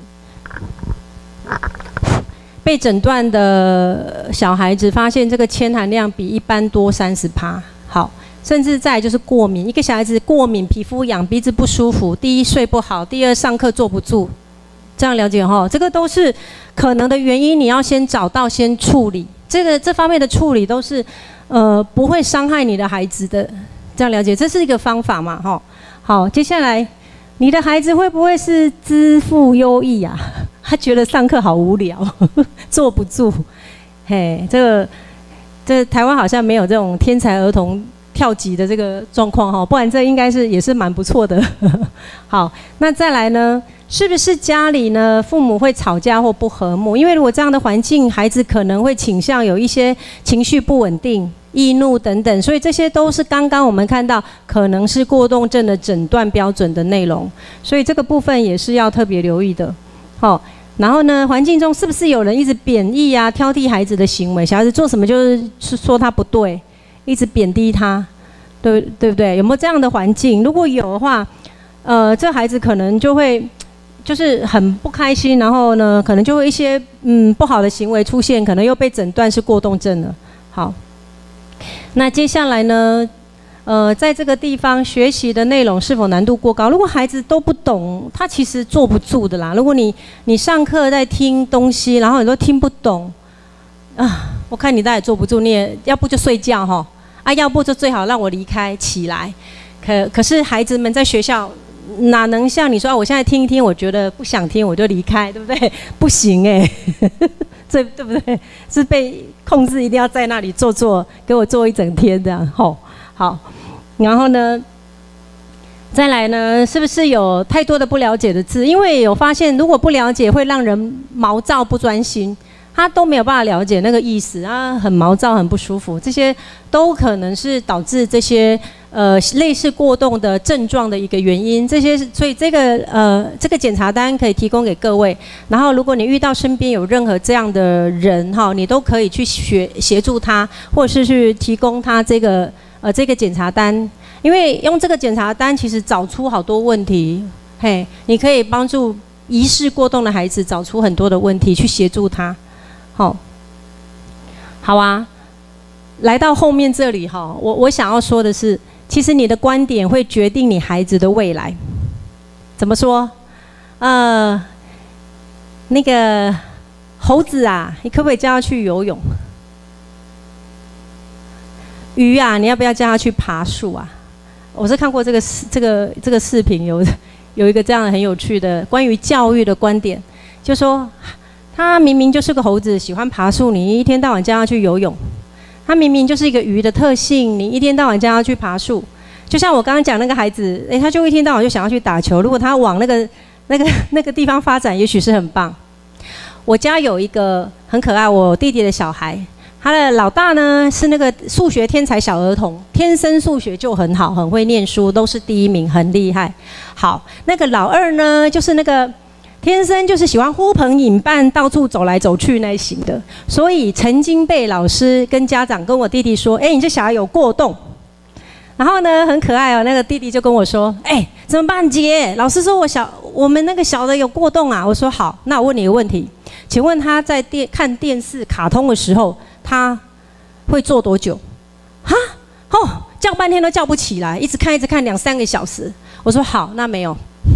被诊断的小孩子发现这个铅含量比一般多30%。好，甚至再来就是过敏，一个小孩子过敏，皮肤痒，鼻子不舒服，第一睡不好，第二上课坐不住。这样了解哈，这个都是可能的原因，你要先找到，先处理。这方面的处理都是不会伤害你的孩子的，这样了解，这是一个方法嘛哈。好，接下来你的孩子会不会是资赋优异啊？他觉得上课好无聊，坐不住。嘿，这台湾好像没有这种天才儿童跳级的这个状况哈，不然这应该也是蛮不错的。好，那再来呢？是不是家里呢父母会吵架或不和睦？因为如果这样的环境，孩子可能会倾向有一些情绪不稳定、易怒等等，所以这些都是刚刚我们看到可能是过动症的诊断标准的内容，所以这个部分也是要特别留意的。好，然后呢，环境中是不是有人一直贬义啊、挑剔孩子的行为？小孩子做什么就是说他不对，一直贬低他，对不对？有没有这样的环境？如果有的话，这孩子可能就会就是很不开心，然后呢，可能就会一些不好的行为出现，可能又被诊断是过动症了。好，那接下来呢，在这个地方学习的内容是否难度过高？如果孩子都不懂，他其实坐不住的啦。如果你上课在听东西，然后你都听不懂，啊，我看你大概坐不住，你也要不就睡觉哈，要不就最好让我离开起来。可是孩子们在学校哪能像你说，我现在听一听，我觉得不想听我就离开，对不对？不行这对不对？是被控制，一定要在那里坐，给我坐一整天这样。好，然后呢，再来呢，是不是有太多的不了解的字？因为有发现，如果不了解，会让人毛躁不专心。他都没有办法了解那个意思，他很毛躁、很不舒服，这些都可能是导致这些类似过动的症状的一个原因。所以这个检查单可以提供给各位。然后，如果你遇到身边有任何这样的人哈，你都可以去协助他，或者是去提供他这个检查单。 因为用这个检查单，其实找出好多问题。嘿，你可以帮助疑似过动的孩子找出很多的问题，去协助他。好啊。来到后面这里哈，我想要说的是，其实你的观点会决定你孩子的未来。怎么说？那个猴子啊，你可不可以叫他去游泳？鱼啊，你要不要叫他去爬树啊？我是看过这个视频，有一个这样很有趣的关于教育的观点，就说他明明就是个猴子，喜欢爬树，你一天到晚叫他去游泳。他明明就是一个鱼的特性，你一天到晚叫他去爬树，就像我刚刚讲那个孩子，他就一天到晚就想要去打球。如果他往那个地方发展，也许是很棒。我家有一个很可爱，我弟弟的小孩，他的老大呢是那个数学天才小儿童，天生数学就很好，很会念书，都是第一名，很厉害。好，那个老二呢，就是那个天生就是喜欢呼朋引伴，到处走来走去那型的，所以曾经被老师跟家长跟我弟弟说：“你这小孩有过动。”然后呢，很可爱哦，那个弟弟就跟我说：“怎么办，姐？老师说我们那个小的有过动啊。”我说：“好，那我问你一个问题，请问他在看电视卡通的时候，他会坐多久？哈？叫半天都叫不起来，一直看2-3个小时。”我说：“好，那没有。”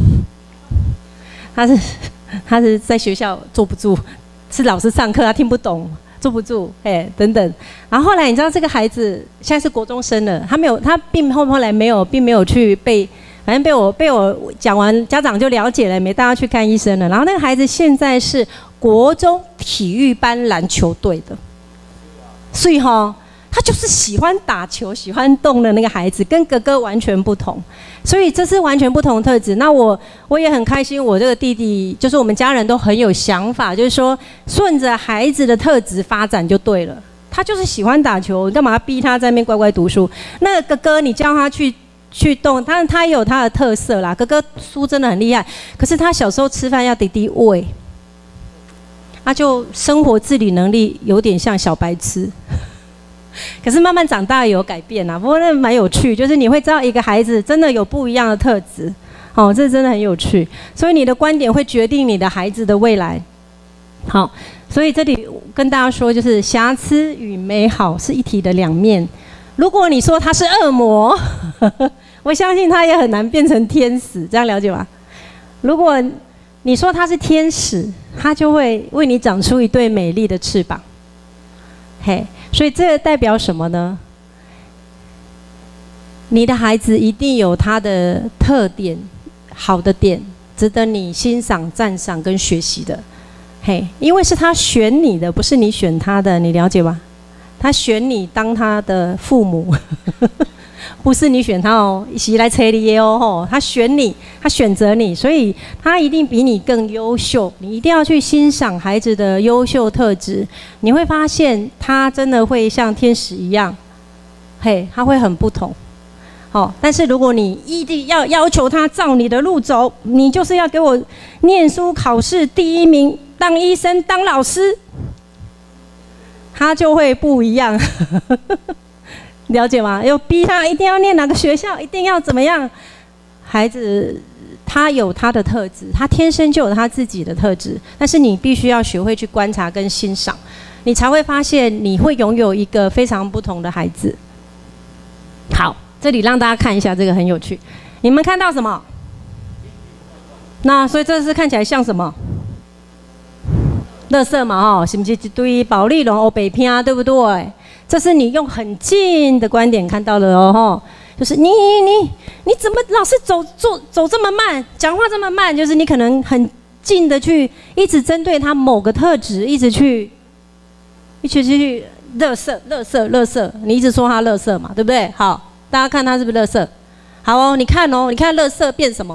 他是在学校坐不住，是老师上课他听不懂，坐不住，等等。然后后来你知道这个孩子现在是国中生了，他并后来并没有去反正被我讲完，家长就了解了，没带他去看医生了。然后那个孩子现在是国中体育班篮球队的，所以他就是喜欢打球、喜欢动的那个孩子，跟哥哥完全不同，所以这是完全不同的特质。那我也很开心，我这个弟弟就是我们家人都很有想法，就是说顺着孩子的特质发展就对了。他就是喜欢打球，你干嘛逼他在那边乖乖读书？那个哥哥你叫他去动，他有他的特色啦。哥哥书真的很厉害，可是他小时候吃饭要弟弟喂，他就生活自理能力有点像小白痴。可是慢慢长大有改变不过那蛮有趣，就是你会知道一个孩子真的有不一样的特质，这真的很有趣。所以你的观点会决定你的孩子的未来。好，所以这里跟大家说，就是瑕疵与美好是一体的两面。如果你说他是恶魔，我相信他也很难变成天使，这样了解吗？如果你说他是天使，他就会为你长出一对美丽的翅膀。所以这代表什么呢？你的孩子一定有他的特点，好的点，值得你欣赏、赞赏跟学习的。因为是他选你的，不是你选他的，你了解吗？他选你当他的父母，不是你选他哦，一起来催你耶哦，他选你，他选择你，所以他一定比你更优秀。你一定要去欣赏孩子的优秀特质，你会发现他真的会像天使一样，他会很不同。但是如果你一定要求他照你的路走，你就是要给我念书考试第一名，当医生当老师，他就会不一样。了解吗？又逼他一定要念哪个学校，一定要怎么样？孩子他有他的特质，他天生就有他自己的特质，但是你必须要学会去观察跟欣赏，你才会发现你会拥有一个非常不同的孩子。好，这里让大家看一下，这个很有趣。你们看到什么？那所以这是看起来像什么？垃圾嘛，是不是一堆保丽龙、欧北片，对不对？这是你用很近的观点看到的哦，就是你怎么老是走这么慢，讲话这么慢？就是你可能很近的去一直针对他某个特质，一直去垃圾，你一直说他垃圾嘛，对不对？好，大家看他是不是垃圾？好哦，你看垃圾变什么？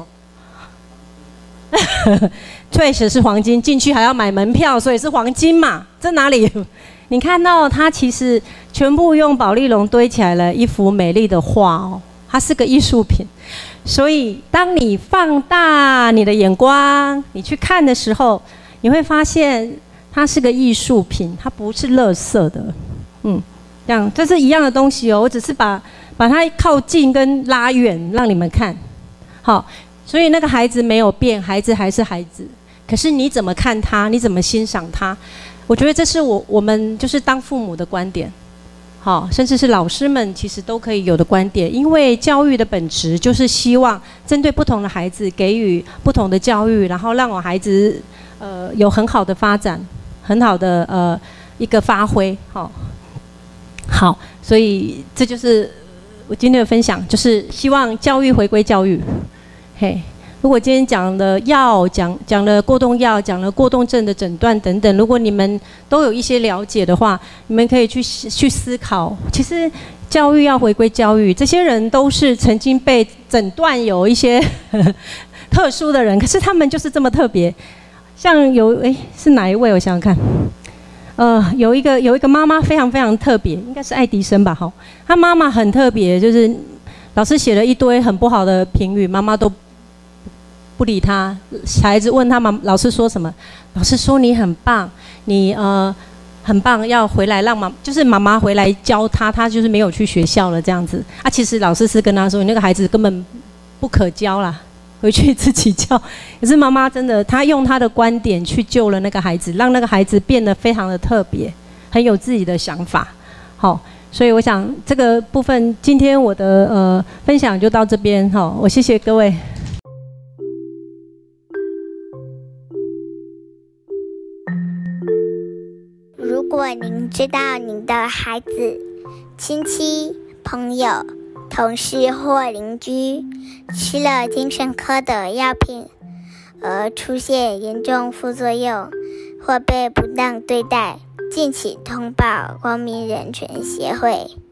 确实是黄金，进去还要买门票，所以是黄金嘛？这哪里？你看到它其实全部用保丽龙堆起来了一幅美丽的画哦，它是个艺术品。所以当你放大你的眼光，你去看的时候，你会发现它是个艺术品，它不是垃圾的。这样这是一样的东西哦，我只是把把它靠近跟拉远，让你们看。好，所以那个孩子没有变，孩子还是孩子。可是你怎么看他，你怎么欣赏他？我觉得这是我们就是当父母的观点，好，甚至是老师们其实都可以有的观点。因为教育的本质就是希望针对不同的孩子给予不同的教育，然后让我孩子有很好的发展，很好的一个发挥。好，所以这就是我今天的分享，就是希望教育回归教育。嘿，如果今天讲了药，讲了过动药，讲了过动症的诊断等等，如果你们都有一些了解的话，你们可以去思考，其实教育要回归教育。这些人都是曾经被诊断有一些特殊的人，可是他们就是这么特别。像是哪一位？我想想看。有一个妈妈非常非常特别，应该是爱迪生吧？她妈妈很特别，就是老师写了一堆很不好的评语，妈妈都不理他。孩子问他老师说什么？老师说你很棒，你很棒，要回来让就是妈妈回来教他，他就是没有去学校了这样子啊。其实老师是跟他说，你那个孩子根本不可教啦，回去自己教。可是妈妈真的，她用她的观点去救了那个孩子，让那个孩子变得非常的特别，很有自己的想法。好，所以我想这个部分，今天我的分享就到这边。我谢谢各位。 如果您知道您的孩子、亲戚、朋友、同事或邻居吃了精神科的药品而出现严重副作用或被不当对待，敬请通报光明人权协会。